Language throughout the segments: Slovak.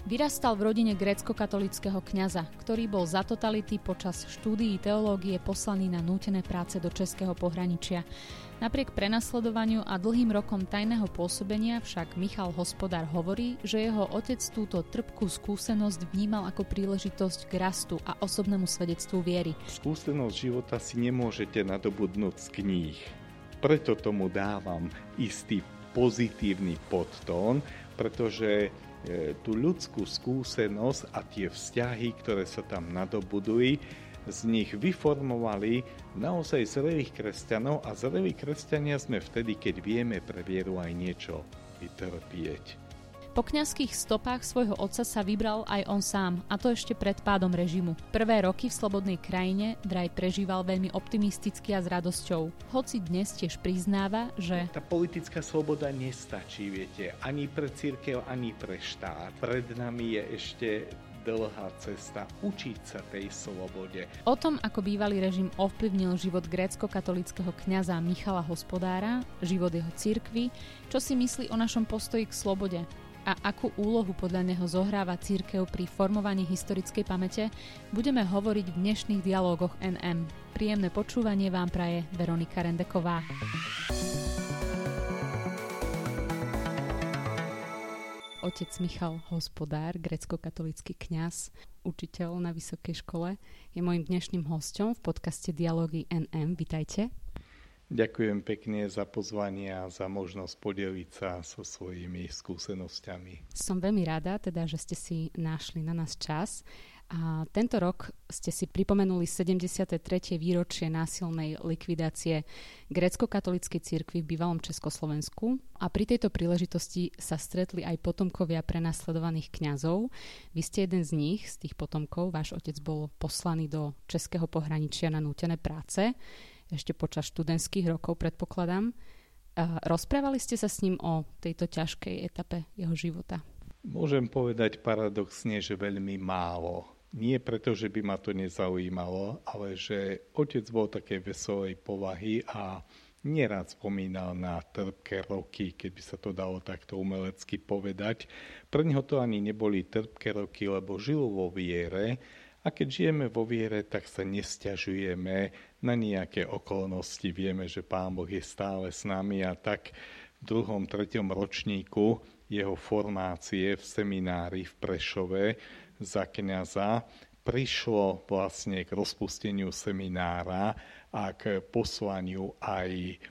Vyrastal v rodine grécko-katolického kňaza, ktorý bol za totality počas štúdií teológie poslaný na nútené práce do českého pohraničia. Napriek prenasledovaniu a dlhým rokom tajného pôsobenia však Michal Hospodár hovorí, že jeho otec túto trpkú skúsenosť vnímal ako príležitosť k rastu a osobnému svedectvu viery. Skúsenosť života si nemôžete nadobudnúť z kníh. Preto tomu dávam istý pozitívny podtón, pretože tú ľudskú skúsenosť a tie vzťahy, ktoré sa tam nadobudujú, z nich vyformovali naozaj zrelých kresťanov a zrelí kresťania sme vtedy, keď vieme pre vieru aj niečo vytrpieť. Po kňazských stopách svojho otca sa vybral aj on sám, a to ešte pred pádom režimu. Prvé roky v slobodnej krajine vraj prežíval veľmi optimisticky a s radosťou. Hoci dnes tiež priznáva, že tá politická sloboda nestačí, viete, ani pre cirkev, ani pre štát. Pred nami je ešte dlhá cesta učiť sa tej slobode. O tom, ako bývalý režim ovplyvnil život grécko-katolického kňaza Michala Hospodára, život jeho cirkvi, čo si myslí o našom postoji k slobode a akú úlohu podľa neho zohráva cirkev pri formovaní historickej pamäte, budeme hovoriť v dnešných dialógoch NM. Príjemné počúvanie vám praje Veronika Rendeková. Otec Michal Hospodár, grécko-katolícky kňaz, učiteľ na vysokej škole, je môjim dnešným hosťom v podcaste Dialógy NM. Vitajte. Ďakujem pekne za pozvanie a za možnosť podeliť sa so svojimi skúsenosťami. Som veľmi rada, že ste si našli na nás čas. A tento rok ste si pripomenuli 73. výročie násilnej likvidácie grécko-katolíckej cirkvi v bývalom Československu a pri tejto príležitosti sa stretli aj potomkovia prenasledovaných kňazov. Vy ste jeden z nich, z tých potomkov, váš otec bol poslaný do českého pohraničia na nútené práce, ešte počas študentských rokov predpokladám. Rozprávali ste sa s ním o tejto ťažkej etape jeho života? Môžem povedať paradoxne, že veľmi málo. Nie preto, že by ma to nezaujímalo, ale že otec bol také veselej povahy a nerád spomínal na trpké roky, keby sa to dalo takto umelecky povedať. Pre neho to ani neboli trpké roky, lebo žil vo viere a keď žijeme vo viere, tak sa nesťažujeme na nejaké okolnosti. Vieme, že Pán Boh je stále s nami a tak v 2., 3. ročníku jeho formácie v seminári v Prešove za kňaza prišlo vlastne k rozpusteniu seminára a k poslaniu aj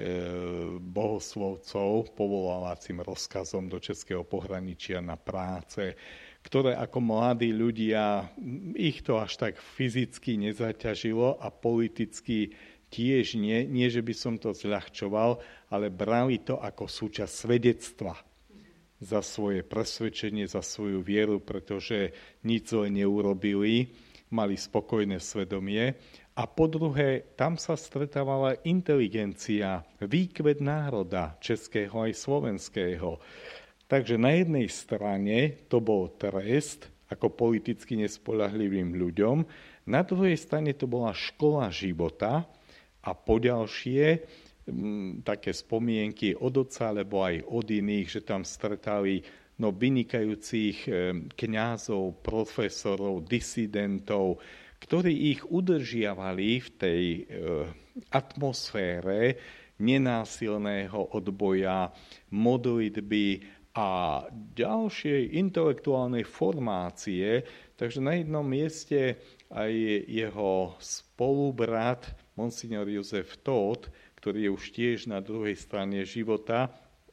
bohoslovcov povolávacím rozkazom do českého pohraničia na práce, ktoré ako mladí ľudia, ich to až tak fyzicky nezaťažilo a politicky tiež nie, že by som to zľahčoval, ale brali to ako súčasť svedectva za svoje presvedčenie, za svoju vieru, pretože nič zle neurobili, mali spokojné svedomie. A po druhé, tam sa stretávala inteligencia, výkvet národa českého aj slovenského. Takže na jednej strane to bol trest ako politicky nespoľahlivým ľuďom, na druhej strane to bola škola života a poďalšie také spomienky od otca, alebo aj od iných, že tam stretali vynikajúcich kňazov, profesorov, disidentov, ktorí ich udržiavali v tej atmosfére nenásilného odboja, modlitby a ďalšej intelektuálnej formácie. Takže na jednom mieste aj jeho spolubrat, monsignor Jozef Tóth, ktorý je už tiež na druhej strane života,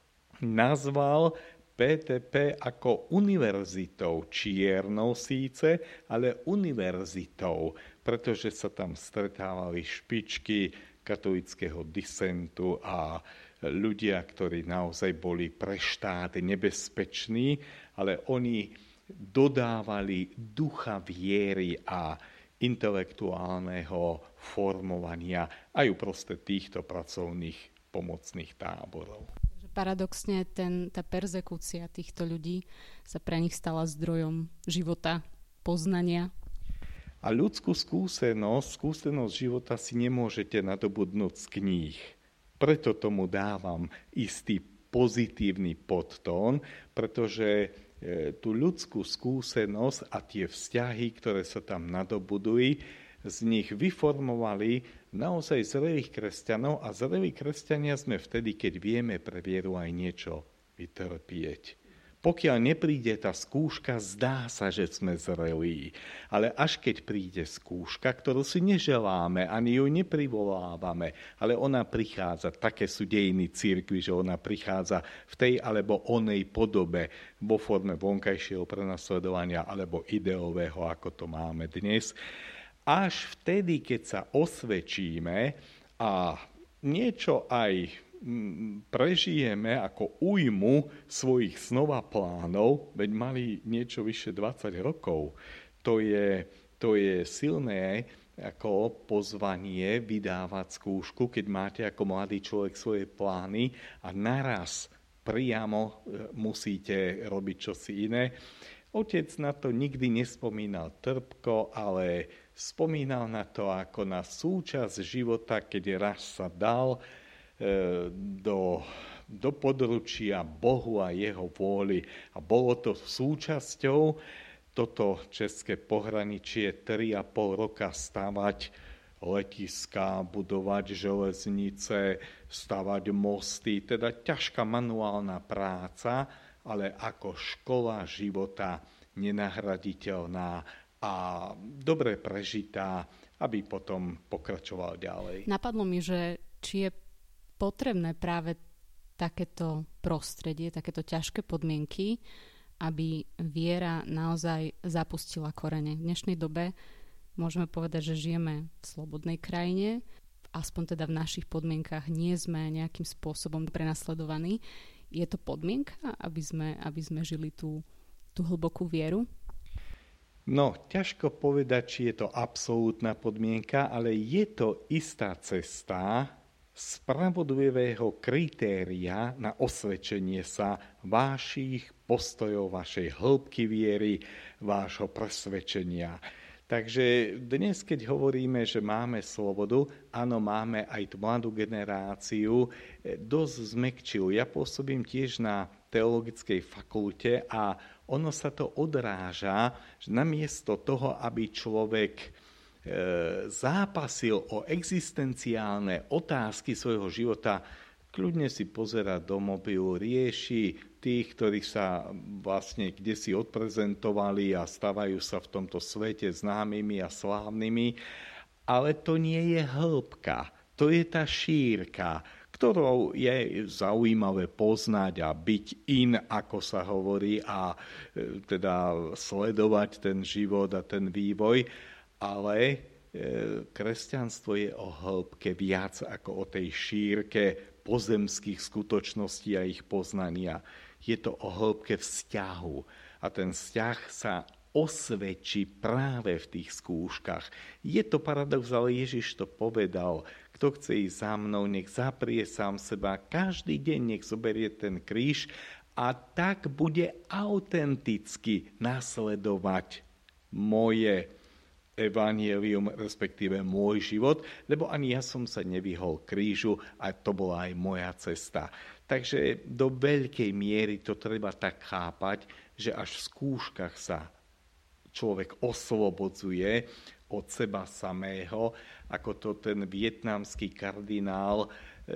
nazval PTP ako univerzitou, čiernou síce, ale univerzitou, pretože sa tam stretávali špičky katolického disentu a ľudia, ktorí naozaj boli pre štát nebezpeční, ale oni dodávali ducha viery a intelektuálneho formovania aj uprostred týchto pracovných pomocných táborov. Paradoxne tá perzekúcia týchto ľudí sa pre nich stala zdrojom života, poznania. A ľudskú skúsenosť života si nemôžete nadobudnúť z kníh. Preto tomu dávam istý pozitívny podtón, pretože tú ľudskú skúsenosť a tie vzťahy, ktoré sa tam nadobudujú, z nich vyformovali naozaj zrelých kresťanov a zrelí kresťania sme vtedy, keď vieme pre vieru aj niečo vytrpieť. Pokiaľ nepríde tá skúška, zdá sa, že sme zrelí. Ale až keď príde skúška, ktorú si neželáme, ani ju neprivolávame, ale ona prichádza, také sú dejiny cirkvi, že ona prichádza v tej alebo onej podobe, vo forme vonkajšieho prenasledovania alebo ideového, ako to máme dnes. Až vtedy, keď sa osvedčíme a niečo aj prežijeme ako újmu svojich snov a plánov, veď mali niečo vyše 20 rokov. To je silné ako pozvanie vydávať skúšku, keď máte ako mladý človek svoje plány a naraz priamo musíte robiť čosi iné. Otec na to nikdy nespomínal trpko, ale spomínal na to ako na súčasť života, keď raz sa dal do područia Bohu a jeho vôli. A bolo to súčasťou toto české pohraničie 3,5 roka stavať letiská, budovať železnice, stavať mosty, teda ťažká manuálna práca, ale ako škola života nenahraditeľná a dobre prežitá, aby potom pokračoval ďalej. Napadlo mi, že či je potrebné práve takéto prostredie, takéto ťažké podmienky, aby viera naozaj zapustila korene. V dnešnej dobe môžeme povedať, že žijeme v slobodnej krajine, aspoň teda v našich podmienkach nie sme nejakým spôsobom prenasledovaní. Je to podmienka, aby sme žili tú hlbokú vieru? No, ťažko povedať, či je to absolútna podmienka, ale je to istá cesta spravodlivého kritéria na osvedčenie sa vašich postojov, vašej hĺbky viery, vášho presvedčenia. Takže dnes, keď hovoríme, že máme slobodu, áno, máme aj tú mladú generáciu, dosť zmäkčil. Ja pôsobím tiež na teologickej fakulte a ono sa to odráža, že namiesto toho, aby človek zápasil o existenciálne otázky svojho života, kľudne si pozerá do mobilu, rieši tých, ktorí sa vlastne kdesi odprezentovali a stavajú sa v tomto svete známymi a slávnymi, ale to nie je hĺbka, to je tá šírka, ktorou je zaujímavé poznať a byť in, ako sa hovorí, a teda sledovať ten život a ten vývoj. Ale kresťanstvo je o hĺbke viac ako o tej šírke pozemských skutočností a ich poznania. Je to o hĺbke vzťahu. A ten vzťah sa osvedčí práve v tých skúškach. Je to paradox, ale Ježiš to povedal. Kto chce ísť za mnou, nech zaprie sám seba. Každý deň nech zoberie ten kríž a tak bude autenticky nasledovať moje evanjelium, respektíve môj život, lebo ani ja som sa nevyhol krížu a to bola aj moja cesta. Takže do veľkej miery to treba tak chápať, že až v skúškach sa človek oslobodzuje od seba samého, ako to ten vietnamský kardinál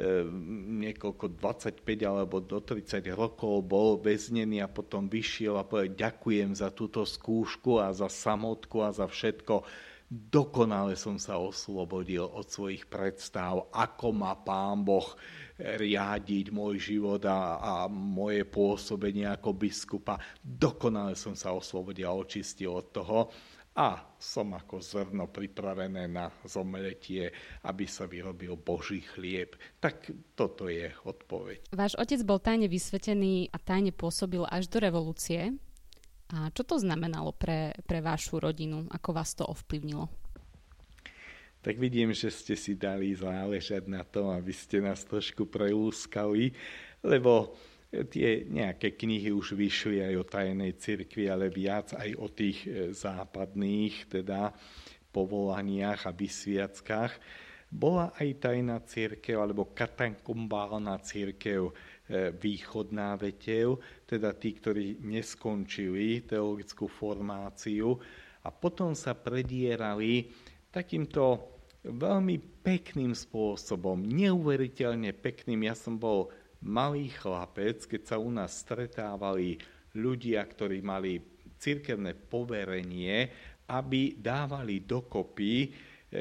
niekoľko 25 alebo do 30 rokov bol väznený a potom vyšiel a povedal: ďakujem za túto skúšku a za samotku a za všetko. Dokonale som sa oslobodil od svojich predstav, ako má Pán Boh riadiť môj život a moje pôsobenie ako biskupa. Dokonale som sa oslobodil a očistil od toho. A som ako zrno pripravené na zomletie, aby sa vyrobil Boží chlieb. Tak toto je odpoveď. Váš otec bol tajne vysvetený a tajne pôsobil až do revolúcie. A čo to znamenalo pre vašu rodinu? Ako vás to ovplyvnilo? Tak vidím, že ste si dali záležať na tom, aby ste nás trošku prelúskali, lebo tie nejaké knihy už vyšli aj o tajnej cirkvi, ale viac aj o tých západných teda povolaniach a vysviackách. Bola aj tajná cirkev alebo katakombálna cirkev východná vetev, teda tí, ktorí neskončili teologickú formáciu a potom sa predierali takýmto veľmi pekným spôsobom, neuveriteľne pekným. Ja som bol malý chlapec, keď sa u nás stretávali ľudia, ktorí mali cirkevné poverenie, aby dávali dokopy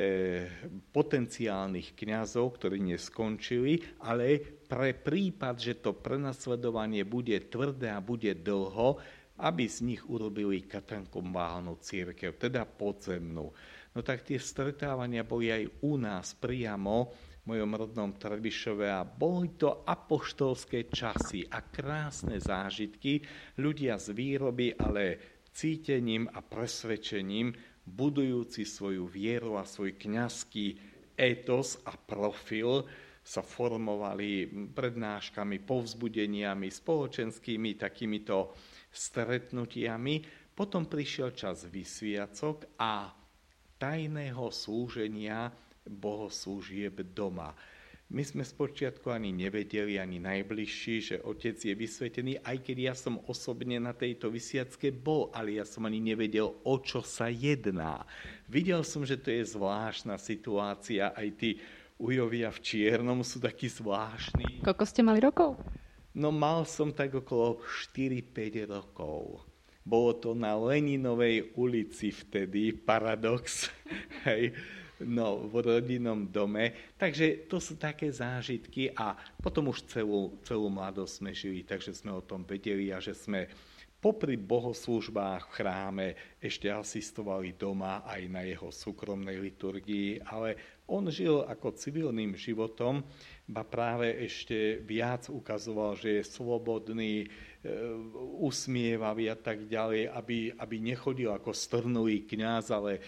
potenciálnych kňazov, ktorí neskončili, ale pre prípad, že to prenasledovanie bude tvrdé a bude dlho, aby z nich urobili katakombálnu cirkev, teda podzemnú. No tak tie stretávania boli aj u nás priamo v mojom rodnom Trebišove a boli to apoštolské časy a krásne zážitky, ľudia z výroby, ale cítením a presvedčením, budujúci svoju vieru a svoj kňazský étos a profil, sa formovali prednáškami, povzbudeniami, spoločenskými takýmito stretnutiami. Potom prišiel čas vysviacok a tajného slúženia bohoslúžieb doma. My sme spočiatku ani nevedeli, ani najbližší, že otec je vysvetený, aj keď ja som osobne na tejto vysviacke bol, ale ja som ani nevedel, o čo sa jedná. Videl som, že to je zvláštna situácia, aj tí ujovia v čiernom sú takí zvláštni. Koľko ste mali rokov? No mal som tak okolo 4-5 rokov. Bolo to na Leninovej ulici vtedy, paradox, hej. No, v rodinnom dome. Takže to sú také zážitky a potom už celú mladosť sme žili, takže sme o tom vedeli a že sme popri bohoslúžbách v chráme ešte asistovali doma aj na jeho súkromnej liturgii, ale on žil ako civilným životom, ba práve ešte viac ukazoval, že je slobodný, usmievavý a tak ďalej, aby nechodil ako strnulý kňaz, ale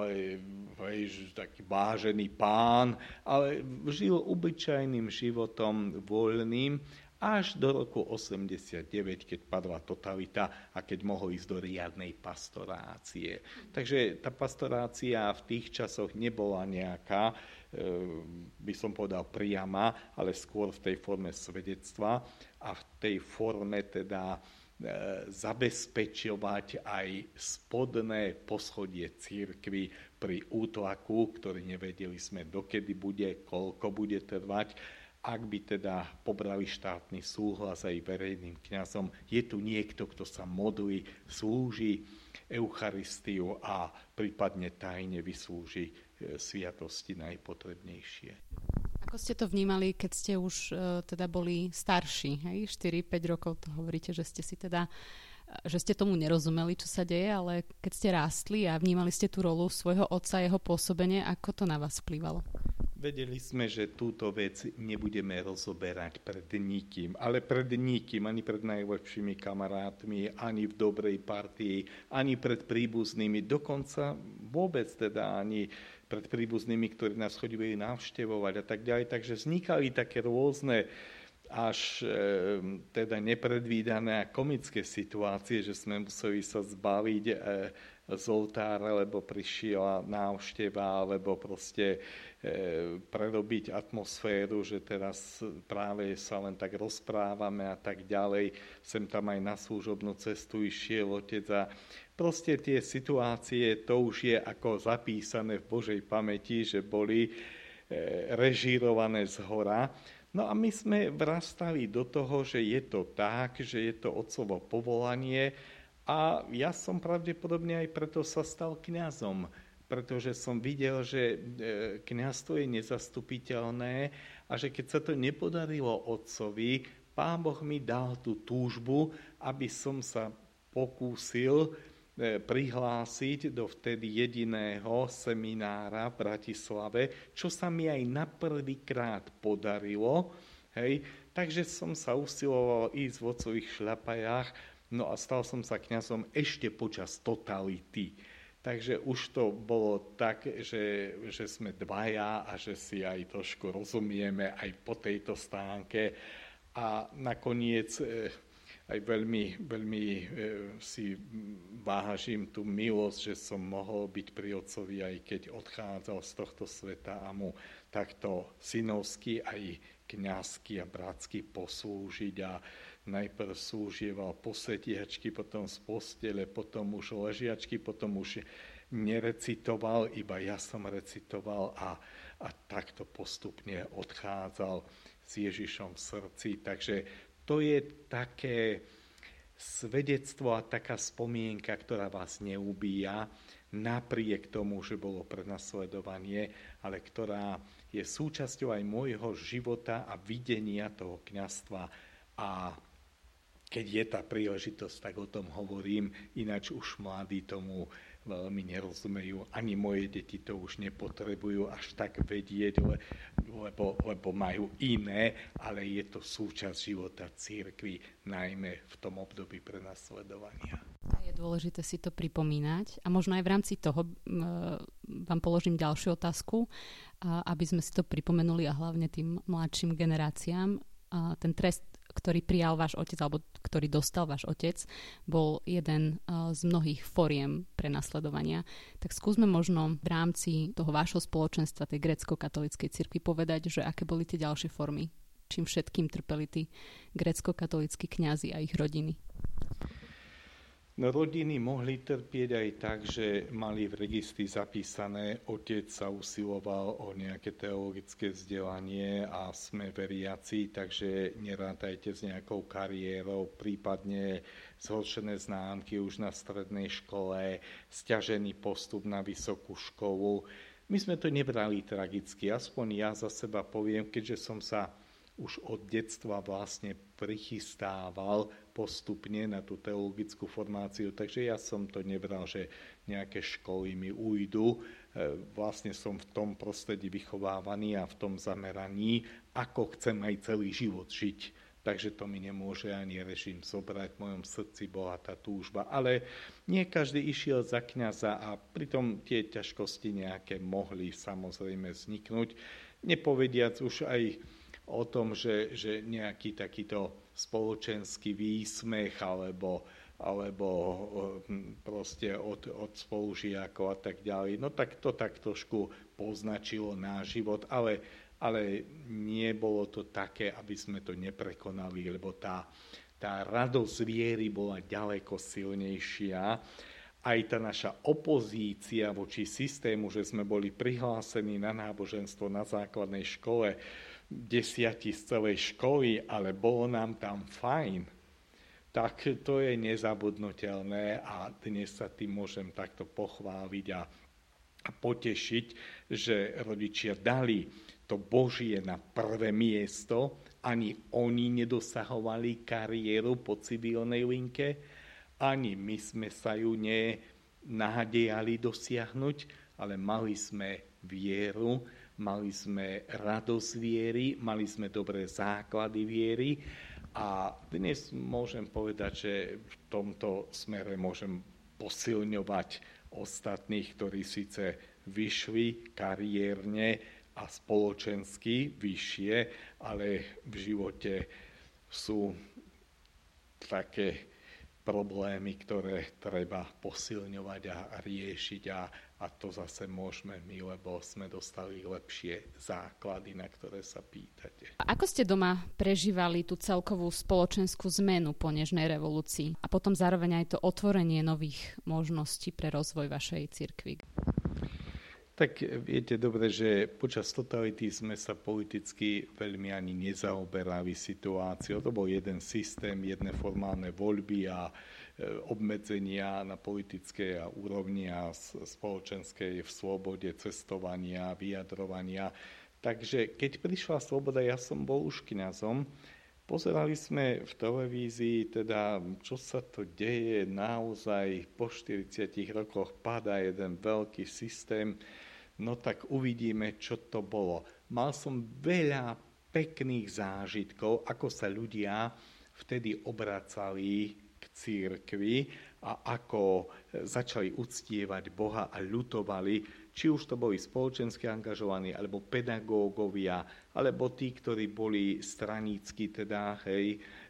taký vážený pán, ale žil obyčajným životom voľným až do roku 89, keď padla totalita a keď mohol ísť do riadnej pastorácie. Takže tá pastorácia v tých časoch nebola nejaká, by som povedal priama, ale skôr v tej forme svedectva a v tej forme teda zabezpečovať aj spodné poschodie cirkvi pri útlaku, ktorý nevedeli sme, dokedy bude, koľko bude trvať. Ak by teda pobrali štátny súhlas aj verejným kňazom, je tu niekto, kto sa modlí, slúži Eucharistiu a prípadne tajne vyslúži sviatosti najpotrebnejšie. Ako ste to vnímali, keď ste už teda boli starší, hej? 4-5 rokov, to hovoríte, že ste tomu nerozumeli, čo sa deje, ale keď ste rástli a vnímali ste tú rolu svojho otca, jeho pôsobenie, ako to na vás vplývalo? Vedeli sme, že túto vec nebudeme rozoberať pred nikým, ale pred nikým, ani pred najlepšími kamarátmi, ani v dobrej partii, ani pred príbuznými, dokonca vôbec teda ani pred príbuznými, ktorí nás chodili navštevovať a tak ďalej. Takže vznikali také rôzne až teda nepredvídané a komické situácie, že sme museli sa zbaviť z oltára, lebo prišla návšteva, alebo proste prerobiť atmosféru, že teraz práve sa len tak rozprávame a tak ďalej. Sem tam aj na služobnú cestu išiel otec a proste tie situácie, to už je ako zapísané v Božej pamäti, že boli režírované zhora. No a my sme vrastali do toho, že je to tak, že je to otcovo povolanie a ja som pravdepodobne aj preto sa stal kňazom, pretože som videl, že kňazstvo je nezastupiteľné a že keď sa to nepodarilo otcovi, Pán Boh mi dal tú túžbu, aby som sa pokúsil prihlásiť do vtedy jediného seminára v Bratislave, čo sa mi aj na prvýkrát podarilo. Hej. Takže som sa usiloval ísť v otcových šľapajách, no a stal som sa kňazom ešte počas totality. Takže už to bolo tak, že sme dvaja a že si aj trošku rozumieme aj po tejto stánke. A nakoniec aj veľmi si vážim tú milosť, že som mohol byť pri otcovi, aj keď odchádzal z tohto sveta a mu takto synovsky aj kňazsky a bratsky poslúžiť a najprv slúžieval posediačky, potom z postele, potom už ležiačky, potom už nerecitoval, iba ja som recitoval a takto postupne odchádzal s Ježišom v srdci. Takže to je také svedectvo a taká spomienka, ktorá vás neubíja, napriek tomu, že bolo prenasledovanie, ale ktorá je súčasťou aj môjho života a videnia toho kňazstva. A keď je tá príležitosť, tak o tom hovorím, ináč už mladí tomu veľmi nerozumejú. Ani moje deti to už nepotrebujú až tak vedieť, lebo majú iné, ale je to súčasť života cirkvi, najmä v tom období prenasledovania. Je dôležité si to pripomínať a možno aj v rámci toho vám položím ďalšiu otázku, aby sme si to pripomenuli a hlavne tým mladším generáciám. Ten trest, ktorý prijal váš otec, alebo ktorý dostal váš otec, bol jeden z mnohých foriem prenasledovania. Tak skúsme možno v rámci toho vášho spoločenstva, tej grécko-katolíckej cirkvi, povedať, že aké boli tie ďalšie formy, čím všetkým trpeli tí grécko-katolíckí kňazi a ich rodiny. No, rodiny mohli trpieť aj tak, že mali v registri zapísané, otec sa usiloval o nejaké teologické vzdelanie a sme veriaci, takže nerátajte s nejakou kariérou, prípadne zhoršené známky už na strednej škole, sťažený postup na vysokú školu. My sme to nebrali tragicky, aspoň ja za seba poviem, keďže som sa už od detstva vlastne prichystával postupne na tú teologickú formáciu, takže ja som to nebral, že nejaké školy mi ujdu. Vlastne som v tom prostredí vychovávaný a v tom zameraní, ako chcem aj celý život žiť. Takže to mi nemôže ani režim zobrať. V mojom srdci bola tá túžba. Ale nie každý išiel za kňaza a pritom tie ťažkosti nejaké mohli samozrejme vzniknúť. Nepovediac už aj o tom, že nejaký takýto spoločenský výsmech alebo proste od spolužiakov a tak ďalej. No tak to tak trošku poznačilo náš život, ale nebolo to také, aby sme to neprekonali, lebo tá radosť viery bola ďaleko silnejšia. Aj tá naša opozícia voči systému, že sme boli prihlásení na náboženstvo na základnej škole, 10 z celej školy, ale bolo nám tam fajn, tak to je nezabudnutelné a dnes sa tým môžem takto pochváliť a potešiť, že rodičia dali to Božie na prvé miesto, ani oni nedosahovali kariéru po civilnej linke, ani my sme sa ju nenádejali dosiahnuť, ale mali sme vieru, mali sme radosť viery, mali sme dobré základy viery a dnes môžem povedať, že v tomto smere môžem posilňovať ostatných, ktorí síce vyšli kariérne a spoločensky vyššie, ale v živote sú také problémy, ktoré treba posilňovať a riešiť a to zase môžeme my, lebo sme dostali lepšie základy, na ktoré sa pýtate. Ako ste doma prežívali tú celkovú spoločenskú zmenu po nežnej revolúcii a potom zároveň aj to otvorenie nových možností pre rozvoj vašej cirkvi? Tak viete dobre, že počas totality sme sa politicky veľmi ani nezaoberali situáciou. To bol jeden systém, jedné formálne voľby a obmedzenia na politickej úrovni a spoločenskej v slobode cestovania, vyjadrovania. Takže keď prišla sloboda, ja som bol už kňazom, pozerali sme v televízii, teda čo sa to deje, naozaj po 40 rokoch padá jeden veľký systém, no tak uvidíme, čo to bolo. Mal som veľa pekných zážitkov, ako sa ľudia vtedy obracali k cirkvi a ako začali uctievať Boha a ľutovali, či už to boli spoločensky angažovaní, alebo pedagógovia, alebo tí, ktorí boli stranícky, teda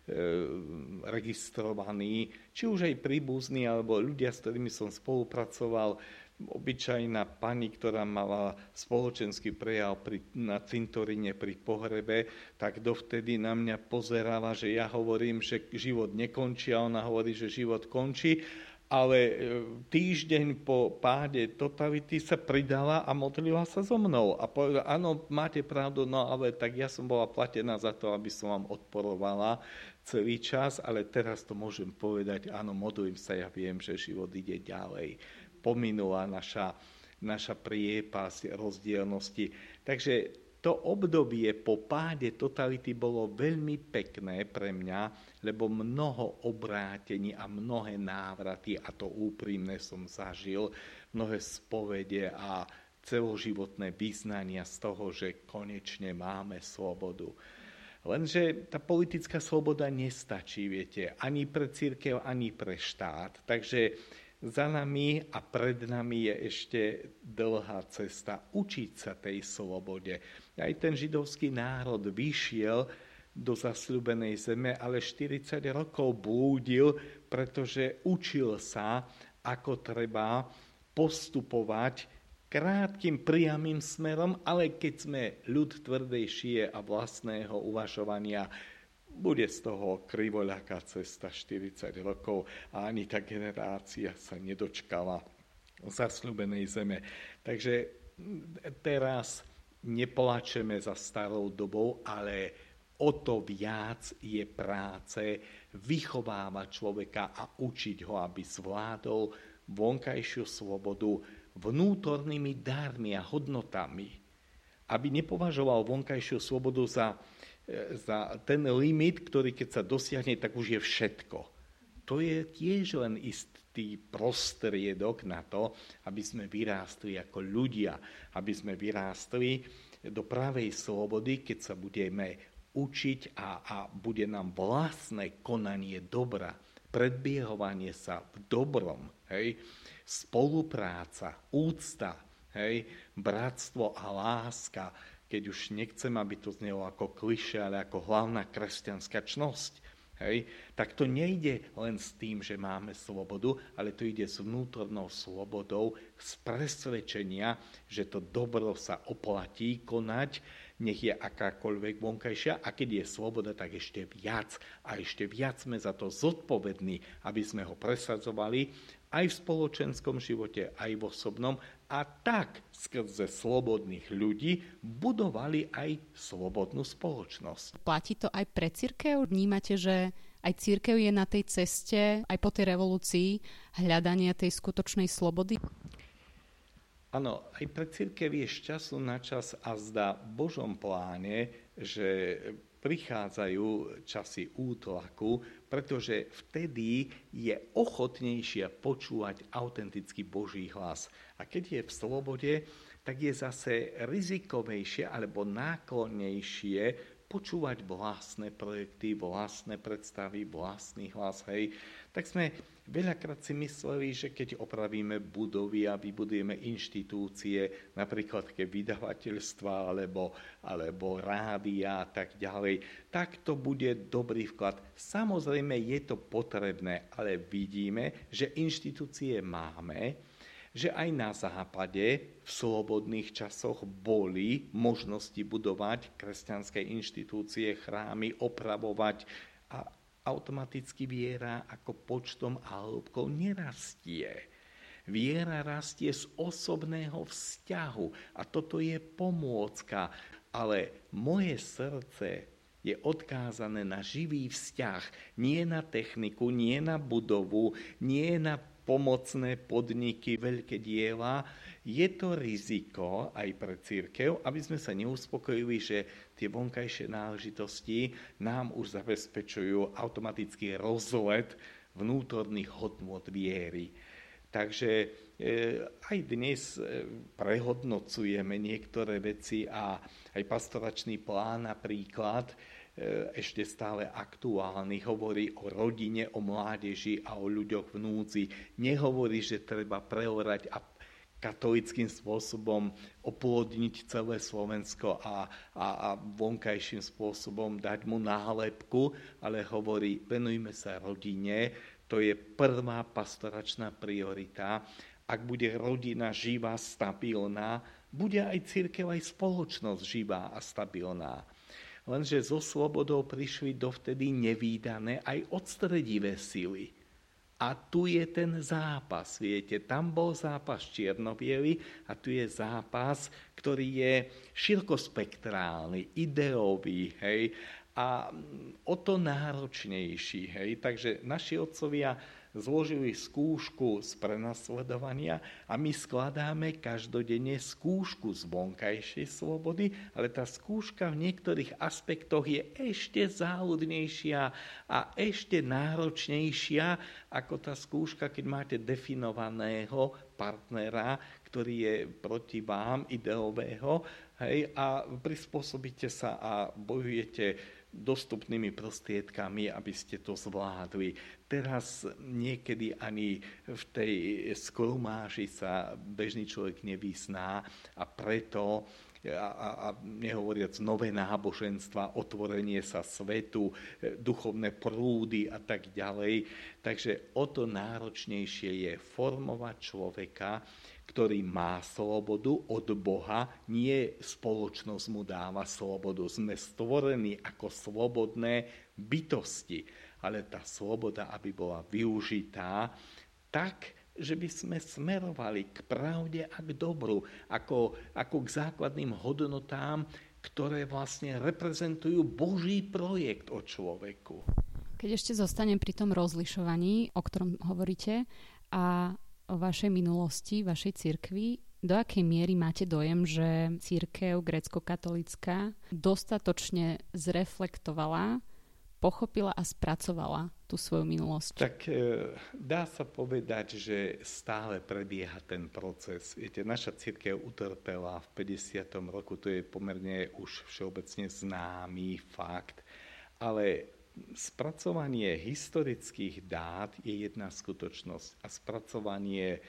registrovaní, či už aj príbuzní, alebo ľudia, s ktorými som spolupracoval, obyčajná pani, ktorá mala spoločenský prejav na cintoríne pri pohrebe, tak dovtedy na mňa pozerala, že ja hovorím, že život nekončí a ona hovorí, že život končí. Ale týždeň po páde totality sa pridala a modlila sa so mnou. A povedala, áno, máte pravdu, no ale tak ja som bola platená za to, aby som vám odporovala celý čas, ale teraz to môžem povedať, áno, modlím sa, ja viem, že život ide ďalej. Pominula naša priepasť, rozdielnosti. Takže to obdobie po páde totality bolo veľmi pekné pre mňa, lebo mnoho obrátení a mnohé návraty, a to úprimne som zažil, mnohé spovede a celoživotné vyznania z toho, že konečne máme slobodu. Lenže tá politická sloboda nestačí, viete, ani pre cirkev, ani pre štát. Takže za nami a pred nami je ešte dlhá cesta učiť sa tej slobode. Aj ten židovský národ vyšiel do zasľúbenej zeme, ale 40 rokov blúdil, pretože učil sa, ako treba postupovať krátkym, priamým smerom, ale keď sme ľud tvrdej šie a vlastného uvažovania, bude z toho krivoľaká cesta 40 rokov a ani tá generácia sa nedočkala zasľúbenej zeme. Takže teraz neplačeme za starou dobou, ale o to viac je práce vychovávať človeka a učiť ho, aby zvládol vonkajšiu slobodu vnútornými dármi a hodnotami. Aby nepovažoval vonkajšiu slobodu za ten limit, ktorý keď sa dosiahne, tak už je všetko. To je tiež len istý prostriedok na to, aby sme vyrástli ako ľudia, aby sme vyrástli do pravej slobody, keď sa budeme učiť a bude nám vlastné konanie dobra, predbiehovanie sa v dobrom, hej, spolupráca, úcta, hej, bratstvo a láska, keď už nechcem, aby to znelo ako klišé, ale ako hlavná kresťanská čnosť. Hej? Tak to nejde len s tým, že máme slobodu, ale to ide s vnútornou slobodou, z presvedčenia, že to dobro sa oplatí konať, nech je akákoľvek vonkajšia, a keď je sloboda, tak ešte viac. A ešte viac sme za to zodpovední, aby sme ho presadzovali aj v spoločenskom živote, aj v osobnom, a tak skrze slobodných ľudí budovali aj slobodnú spoločnosť. Platí to aj pre cirkev? Vnímate, že aj cirkev je na tej ceste, aj po tej revolúcii, hľadania tej skutočnej slobody? Áno, aj pre cirkev je z času na čas a zdá v Božom pláne, že prichádzajú časy útlaku, pretože vtedy je ochotnejšia počúvať autentický Boží hlas. A keď je v slobode, tak je zase rizikovejšie alebo náklonnejšie počúvať vlastné projekty, vlastné predstavy, vlastný hlas. Hej. Tak sme veľakrát si mysleli, že keď opravíme budovy a vybudujeme inštitúcie, napríklad také vydavateľstva alebo rádia a tak ďalej, tak to bude dobrý vklad. Samozrejme je to potrebné, ale vidíme, že inštitúcie máme, že aj na západe v slobodných časoch boli možnosti budovať kresťanské inštitúcie, chrámy, opravovať, a automaticky viera ako počtom a hĺbkou nerastie. Viera rastie z osobného vzťahu a toto je pomôcka, ale moje srdce je odkázané na živý vzťah, nie na techniku, nie na budovu, nie na pomocné podniky, veľké diela. Je to riziko aj pre cirkev, aby sme sa neuspokojili, že tie vonkajšie náležitosti nám už zabezpečujú automatický rozlet vnútorných hodnôt viery. Takže aj dnes prehodnocujeme niektoré veci a aj pastoračný plán napríklad ešte stále aktuálny, hovorí o rodine, o mládeži a o ľuďoch v núdzi. Nehovorí, že treba preorať a katolickým spôsobom oplodniť celé Slovensko a vonkajším spôsobom dať mu nálepku, ale hovorí, venujme sa rodine, to je prvá pastoračná priorita. Ak bude rodina živá, stabilná, bude aj cirkev, aj spoločnosť živá a stabilná. Lenže so slobodou prišli dovtedy nevídané aj odstredivé sily. A tu je ten zápas, viete, tam bol zápas čierno-biely a tu je zápas, ktorý je širokospektrálny, ideový, hej, a o to náročnejší, hej. Takže naši otcovia zložili skúšku z prenasledovania a my skladáme každodenne skúšku z vonkajšej slobody, ale tá skúška v niektorých aspektoch je ešte záľudnejšia a ešte náročnejšia ako tá skúška, keď máte definovaného partnera, ktorý je proti vám, ideového, hej, a prispôsobíte sa a bojujete dostupnými prostriedkami, aby ste to zvládli. Teraz niekedy ani v tej skrumáži sa bežný človek nevyzná a preto, a nehovoriac nové náboženstva, otvorenie sa svetu, duchovné prúdy a tak ďalej. Takže o to náročnejšie je formovať človeka, ktorý má slobodu od Boha, nie spoločnosť mu dáva slobodu. Sme stvorení ako slobodné bytosti, ale tá sloboda, aby bola využitá tak, že by sme smerovali k pravde a k dobru, ako k základným hodnotám, ktoré vlastne reprezentujú Boží projekt o človeku. Keď ešte zostanem pri tom rozlišovaní, o ktorom hovoríte, a o vašej minulosti, vašej cirkvi, do akej miery máte dojem, že cirkev grécko-katolícka dostatočne zreflektovala, pochopila a spracovala tú svoju minulosť? Tak dá sa povedať, že stále prebieha ten proces. Viete, naša cirkev utrpela v 50. roku, to je pomerne už všeobecne známy fakt, ale spracovanie historických dát je jedna skutočnosť a spracovanie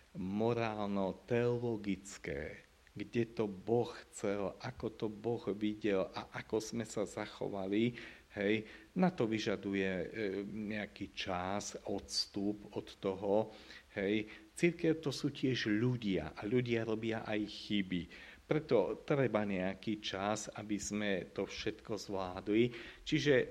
morálno-teologické, kde to Boh chcel, ako to Boh videl a ako sme sa zachovali, hej, na to vyžaduje nejaký čas, odstup od toho. Hej. Cirkev to sú tiež ľudia a ľudia robia aj chyby. Preto treba nejaký čas, aby sme to všetko zvládli. Čiže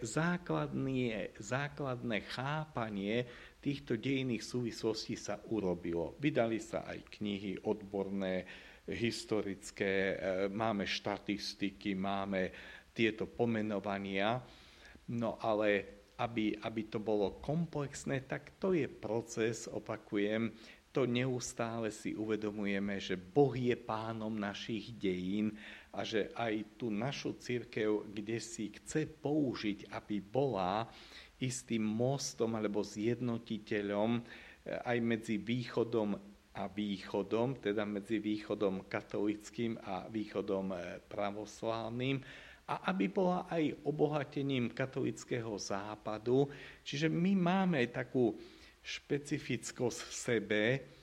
základné chápanie týchto dejinných súvislostí sa urobilo. Vydali sa aj knihy odborné, historické, máme štatistiky, máme tieto pomenovania. No ale aby to bolo komplexné, tak to je proces, opakujem, to neustále si uvedomujeme, že Boh je pánom našich dejín a že aj tú našu cirkev, kde si chce použiť, aby bola istým mostom alebo zjednotiteľom aj medzi východom a východom, teda medzi východom katolickým a východom pravoslávnym, a aby bola aj obohatením katolického západu. Čiže my máme takú špecifickosť v sebe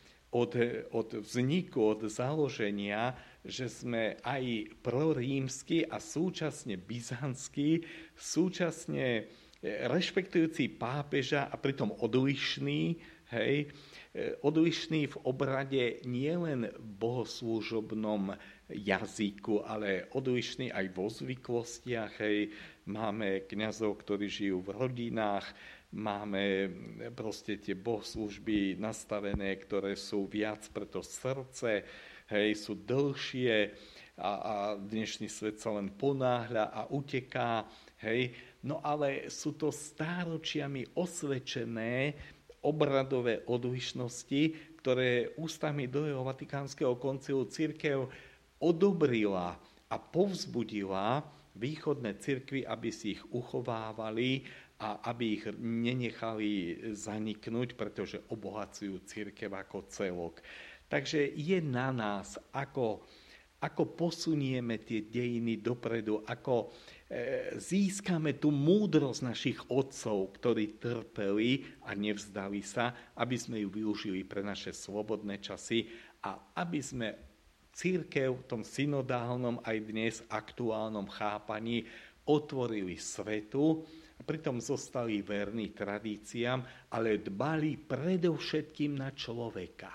od vzniku, od založenia, že sme aj prorímsky a súčasne byzantský, súčasne rešpektujúci pápeža a pritom odlišný, hej, odlišný v obrade nielen v bohoslúžobnom jazyku, ale odlišný aj vo zvyklostiach. Hej. Máme kňazov, ktorí žijú v rodinách, máme proste tie bohoslužby nastavené, ktoré sú viac pre to srdce, hej, sú dlhšie a dnešný svet sa len ponáhľa a uteká. Hej. No ale sú to stáročiami osvedčené obradové odlišnosti, ktoré ústami druhého Vatikánskeho koncilu cirkev odobrila a povzbudila východné cirkvi, aby si ich uchovávali a aby ich nenechali zaniknúť, pretože obohacujú cirkev ako celok. Takže je na nás, ako posunieme tie dejiny dopredu, ako získame tú múdrosť našich otcov, ktorí trpeli a nevzdali sa, aby sme ju využili pre naše slobodné časy a aby sme cirkev v tom synodálnom aj dnes aktuálnom chápaní otvorili svetu, a pritom zostali verní tradíciám, ale dbali predovšetkým na človeka.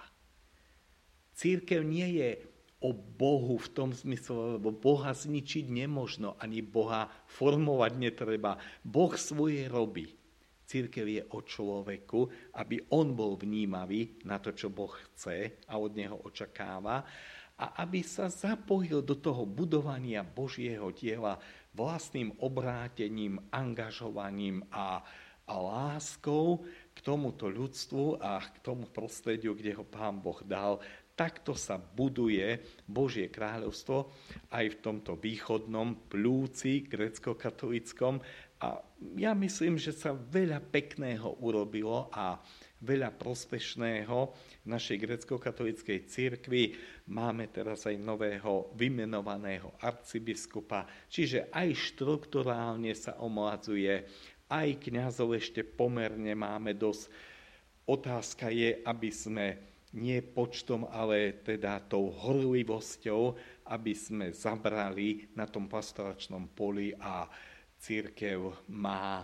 Cirkev nie je o Bohu v tom zmysle, lebo Boha zničiť nemožno, ani Boha formovať netreba. Boh svoje robí. Cirkev je o človeku, aby on bol vnímavý na to, čo Boh chce a od neho očakáva, a aby sa zapojil do toho budovania Božieho diela vlastným obrátením, angažovaním a láskou k tomuto ľudstvu a k tomu prostrediu, kde ho Pán Boh dal. Takto sa buduje Božie kráľovstvo aj v tomto východnom plúci grécko-katolíckom. A ja myslím, že sa veľa pekného urobilo a veľa prospešného v našej grécko-katolíckej cirkvi. Máme teraz aj nového vymenovaného arcibiskupa, čiže aj štrukturálne sa omladzuje, aj kňazov ešte pomerne máme dosť. Otázka je, aby sme nie počtom, ale teda tou horlivosťou, aby sme zabrali na tom pastoračnom poli a cirkev má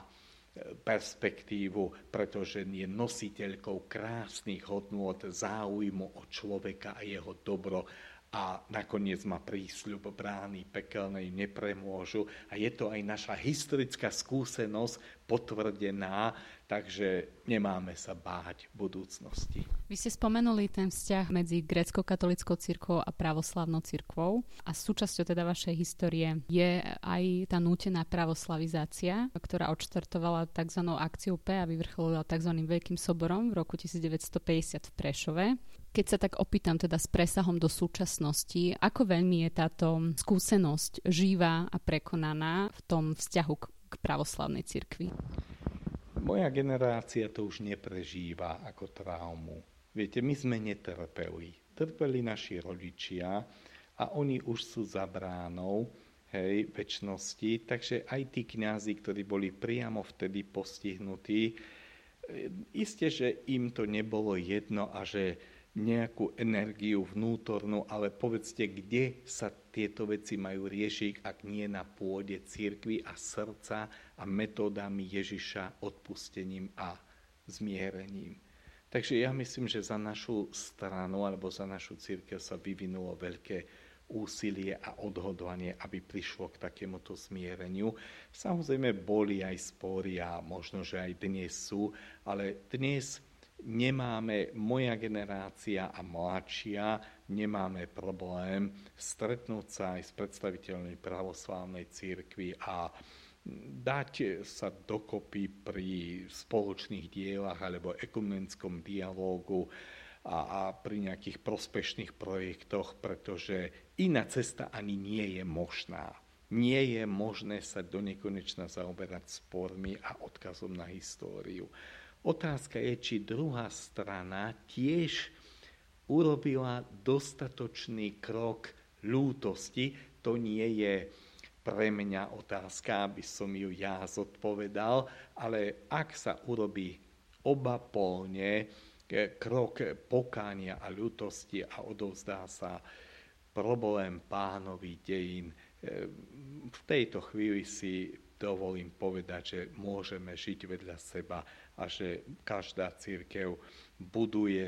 perspektívu, pretože je nositeľkou krásnych hodnôt, záujmu o človeka a jeho dobro a nakoniec má prísľub brány pekelnej nepremôžu a je to aj naša historická skúsenosť potvrdená, takže nemáme sa báť budúcnosti. Vy ste spomenuli ten vzťah medzi grécko-katolíckou cirkvou a pravoslavnou cirkvou a súčasťou teda vašej histórie je aj tá nútená pravoslavizácia, ktorá odštartovala tzv. Akciu P a vyvrcholila tzv. Veľkým soborom v roku 1950 v Prešove. Keď sa tak opýtam teda s presahom do súčasnosti, ako veľmi je táto skúsenosť živá a prekonaná v tom vzťahu k pravoslavnej cirkvi? Moja generácia to už neprežíva ako traumu. Viete, my sme netrpeli. Trpeli naši rodičia a oni už sú za bránou večnosti, takže aj tí kňazi, ktorí boli priamo vtedy postihnutí, isté, že im to nebolo jedno a že nejakú energiu vnútornú, ale povedzte, kde sa tieto veci majú riešiť, ak nie na pôde cirkvi a srdca a metódami Ježiša, odpustením a zmierením. Takže ja myslím, že za našu stranu alebo za našu cirkev sa vyvinulo veľké úsilie a odhodlanie, aby prišlo k takémuto zmiereniu. Samozrejme boli aj spory a možno, že aj dnes sú, ale dnes nemáme, moja generácia a mladšia, nemáme problém stretnúť sa aj s predstaviteľmi pravoslávnej cirkvi a dať sa dokopy pri spoločných dielach alebo ekumenickom dialógu a pri nejakých prospešných projektoch, pretože iná cesta ani nie je možná. Nie je možné sa do nekonečna zaoberať spormi a odkazom na históriu. Otázka je, či druhá strana tiež urobila dostatočný krok ľútosti. To nie je pre mňa otázka, aby som ju ja zodpovedal, ale ak sa urobí obapolne krok pokánia a ľútosti a odovzdá sa problém Pánovi dejín, v tejto chvíli si dovolím povedať, že môžeme žiť vedľa seba a že každá cirkev buduje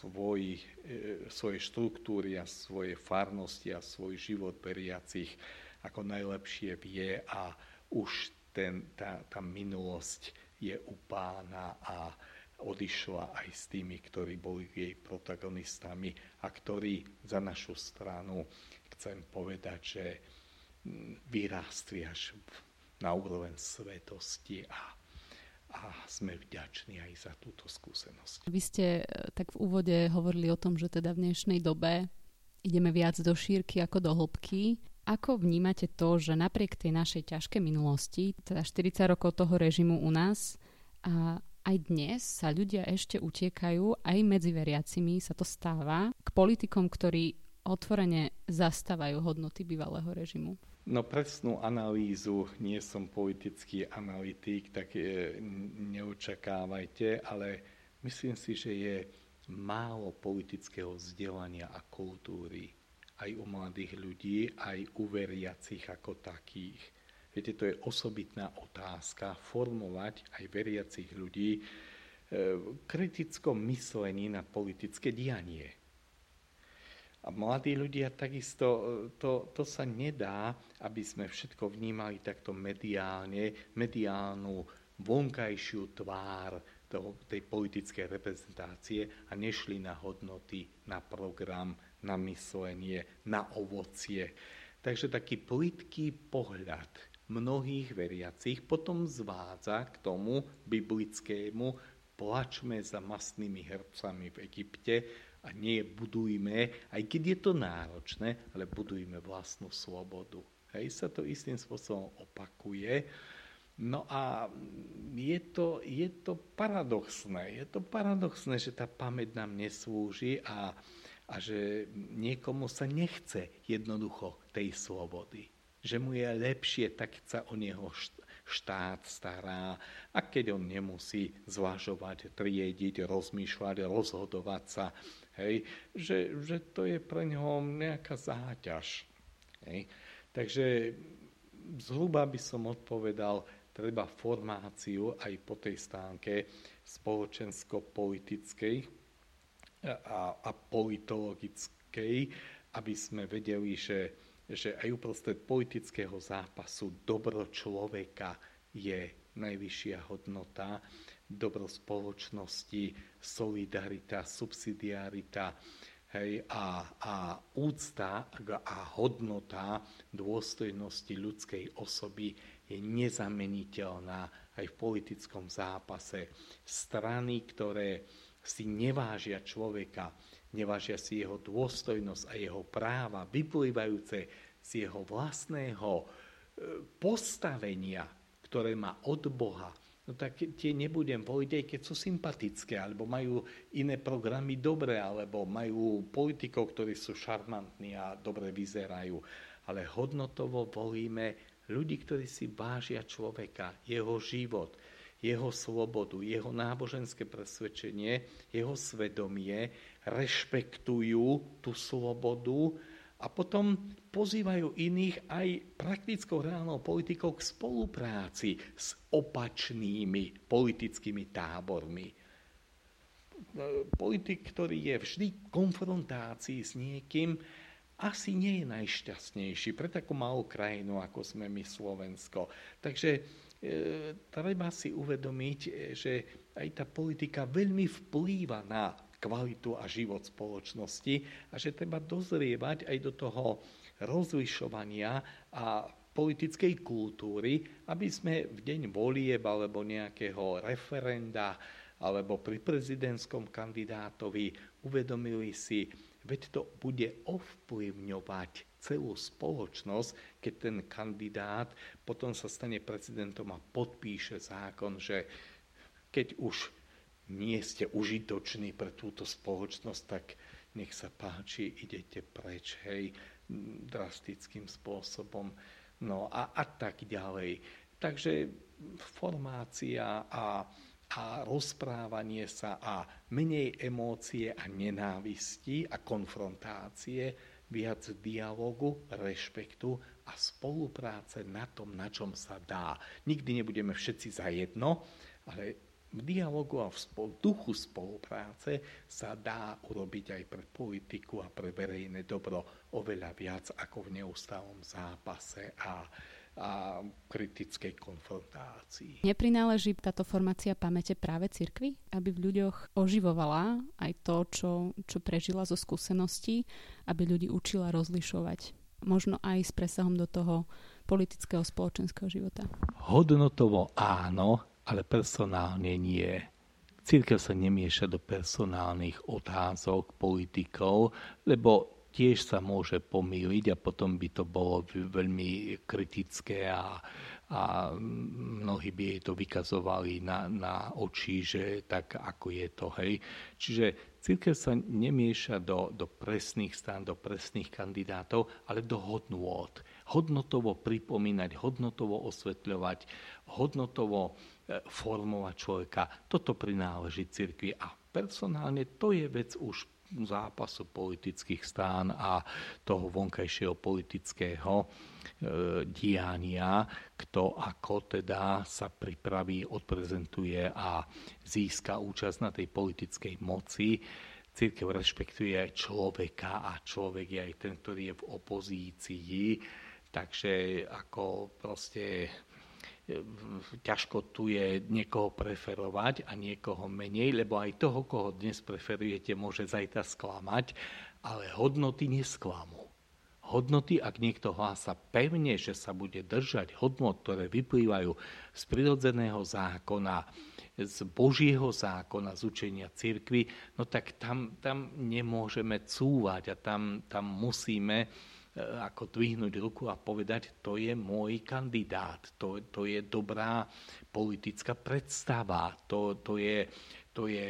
svoje štruktúry a svoje farnosti a svoj život veriacich ako najlepšie vie a už tá minulosť je u Pána a odišla aj s tými, ktorí boli jej protagonistami a ktorí za našu stranu, chcem povedať, že vyrástli až na úroveň svetosti a sme vďační aj za túto skúsenosť. Vy ste tak v úvode hovorili o tom, že teda v dnešnej dobe ideme viac do šírky ako do hĺbky. Ako vnímate to, že napriek tej našej ťažkej minulosti, teda 40 rokov toho režimu u nás, a aj dnes sa ľudia ešte utiekajú, aj medzi veriacimi sa to stáva, k politikom, ktorí otvorene zastávajú hodnoty bývalého režimu? No presnú analýzu, nie som politický analytik, tak neočakávajte, ale myslím si, že je málo politického vzdelania a kultúry aj u mladých ľudí, aj u veriacich ako takých. Viete, to je osobitná otázka, formovať aj veriacich ľudí kritickom myslení na politické dianie. A mladí ľudia takisto, to sa nedá, aby sme všetko vnímali takto mediálnu vonkajšiu tvár tej politickej reprezentácie a nešli na hodnoty, na program, na myslenie, na ovocie. Takže taký plytký pohľad mnohých veriacich potom zvádza k tomu biblickému plačme za mastnými hrbcami v Egypte a nie budujme, aj keď je to náročné, ale budujme vlastnú slobodu. Hej, sa to istým spôsobom opakuje. No a je to paradoxné. Je to paradoxné, že tá pamäť nám neslúži a že niekomu sa nechce jednoducho tej slobody. Že mu je lepšie, tak sa o neho štát stará, a keď on nemusí zvažovať, triediť, rozmýšľať, rozhodovať sa, hej, že to je pre ňoho nejaká záťaž. Hej. Takže zhruba by som odpovedal, treba formáciu aj po tej stránke spoločensko-politickej a politologickej, aby sme vedeli, že aj uprostred politického zápasu dobro človeka je najvyššia hodnota, dobro spoločnosti, solidarita, subsidiarita, hej, a úcta a hodnota dôstojnosti ľudskej osoby je nezameniteľná aj v politickom zápase. Strany, ktoré si nevážia človeka, nevážia si jeho dôstojnosť a jeho práva, vyplývajúce z jeho vlastného postavenia, ktoré má od Boha, no tak tie nebudem voliť, aj keď sú sympatické, alebo majú iné programy dobré, alebo majú politikov, ktorí sú šarmantní a dobre vyzerajú. Ale hodnotovo volíme ľudí, ktorí si vážia človeka, jeho život, jeho slobodu, jeho náboženské presvedčenie, jeho svedomie, rešpektujú tú slobodu a potom pozývajú iných aj praktickou reálnou politikou k spolupráci s opačnými politickými tábormi. Politik, ktorý je vždy v konfrontácii s niekým, asi nie je najšťastnejší pre takú malú krajinu, ako sme my Slovensko. Takže treba si uvedomiť, že aj tá politika veľmi vplýva na kvalitu a život spoločnosti a že treba dozrievať aj do toho rozlišovania a politickej kultúry, aby sme v deň volieb alebo nejakého referenda alebo pri prezidentskom kandidátovi uvedomili si, veď to bude ovplyvňovať celú spoločnosť, keď ten kandidát potom sa stane prezidentom a podpíše zákon, že keď už nie ste užitoční pre túto spoločnosť, tak nech sa páči, idete preč, hej, drastickým spôsobom. No a tak ďalej. Takže formácia a rozprávanie sa a menej emócie a nenávisti a konfrontácie, viac dialogu, rešpektu a spolupráce na tom, na čom sa dá. Nikdy nebudeme všetci za jedno, ale v dialogu a v duchu spolupráce sa dá urobiť aj pre politiku a pre verejné dobro oveľa viac ako v neustálom zápase a kritickej konfrontácii. Neprináleží táto formácia pamäte práve cirkvi? Aby v ľuďoch oživovala aj to, čo prežila zo skúseností, aby ľudí učila rozlišovať. Možno aj s presahom do toho politického, spoločenského života. Hodnotovo áno, ale personálne nie. Cirkev sa nemieša do personálnych otázok politikov, lebo tiež sa môže pomýliť a potom by to bolo veľmi kritické a mnohí by jej to vykazovali na oči, že tak ako je to. Hej. Čiže cirkev sa nemieša do presných strán, do presných kandidátov, ale do hodnôt. hodnotovo pripomínať, hodnotovo osvetľovať, hodnotovo formovať človeka. Toto prináleží cirkvi a personálne to je vec už zápasu politických strán a toho vonkajšieho politického diania, kto ako teda sa pripraví, odprezentuje a získa účasť na tej politickej moci. Cirkev rešpektuje človeka a človek je aj ten, ktorý je v opozícii, takže ako proste ťažko tu je niekoho preferovať a niekoho menej, lebo aj toho, koho dnes preferujete, môže zajtra sklamať, ale hodnoty nesklamú. Hodnoty, ak niekto hlása pevne, že sa bude držať hodnot, ktoré vyplývajú z prirodzeného zákona, z Božieho zákona, z učenia cirkvi, no tak tam nemôžeme cúvať a tam musíme ako dvihnúť ruku a povedať, to je môj kandidát, to je dobrá politická predstava, to je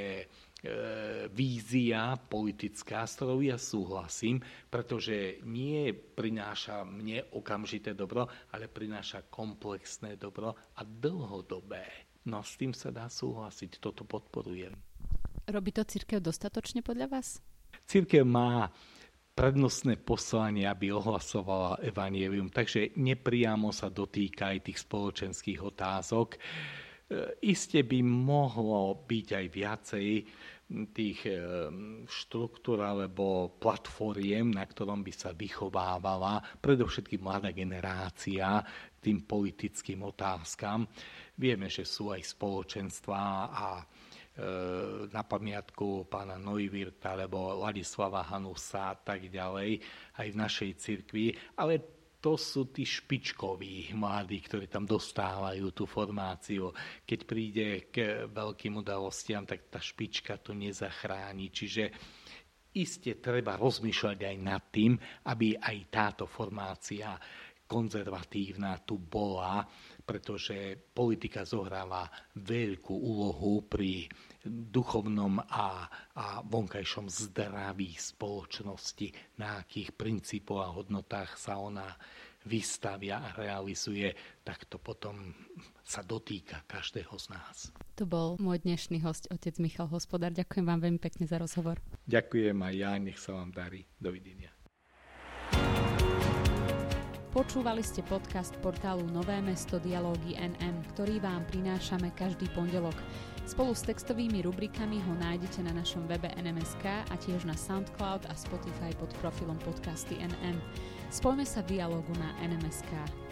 vízia politická, s ktorou ja súhlasím, pretože nie prináša mne okamžité dobro, ale prináša komplexné dobro a dlhodobé. No s tým sa dá súhlasiť, toto podporujem. Robí to cirkev dostatočne podľa vás? Cirkev má prednostné poslanie, aby ohlasovala evanjelium, takže nepriamo sa dotýka aj tých spoločenských otázok. Iste by mohlo byť aj viacej tých štruktúr alebo platformiem, na ktorom by sa vychovávala predovšetkým mladá generácia tým politickým otázkam. Vieme, že sú aj spoločenstvá a na pamiatku pána Neuwirtha alebo Ladislava Hanusa a tak ďalej, aj v našej cirkvi, ale to sú tí špičkoví mladí, ktorí tam dostávajú tú formáciu. Keď príde k veľkým udalostiam, tak tá špička to nezachráni. Čiže iste treba rozmýšľať aj nad tým, aby aj táto formácia konzervatívna tu bola, pretože politika zohráva veľkú úlohu pri duchovnom a vonkajšom zdraví spoločnosti, na akých princípoch a hodnotách sa ona vystavia a realizuje, tak to potom sa dotýka každého z nás. To bol môj dnešný host, otec Michal Hospodár. Ďakujem vám veľmi pekne za rozhovor. Ďakujem aj ja, nech sa vám darí. Dovidenia. Počúvali ste podcast portálu Nové mesto Dialógy NM, ktorý vám prinášame každý pondelok. Spolu s textovými rubrikami ho nájdete na našom webe NMSK a tiež na SoundCloud a Spotify pod profilom podcasty NM. Spojme sa v dialógu na NMSK.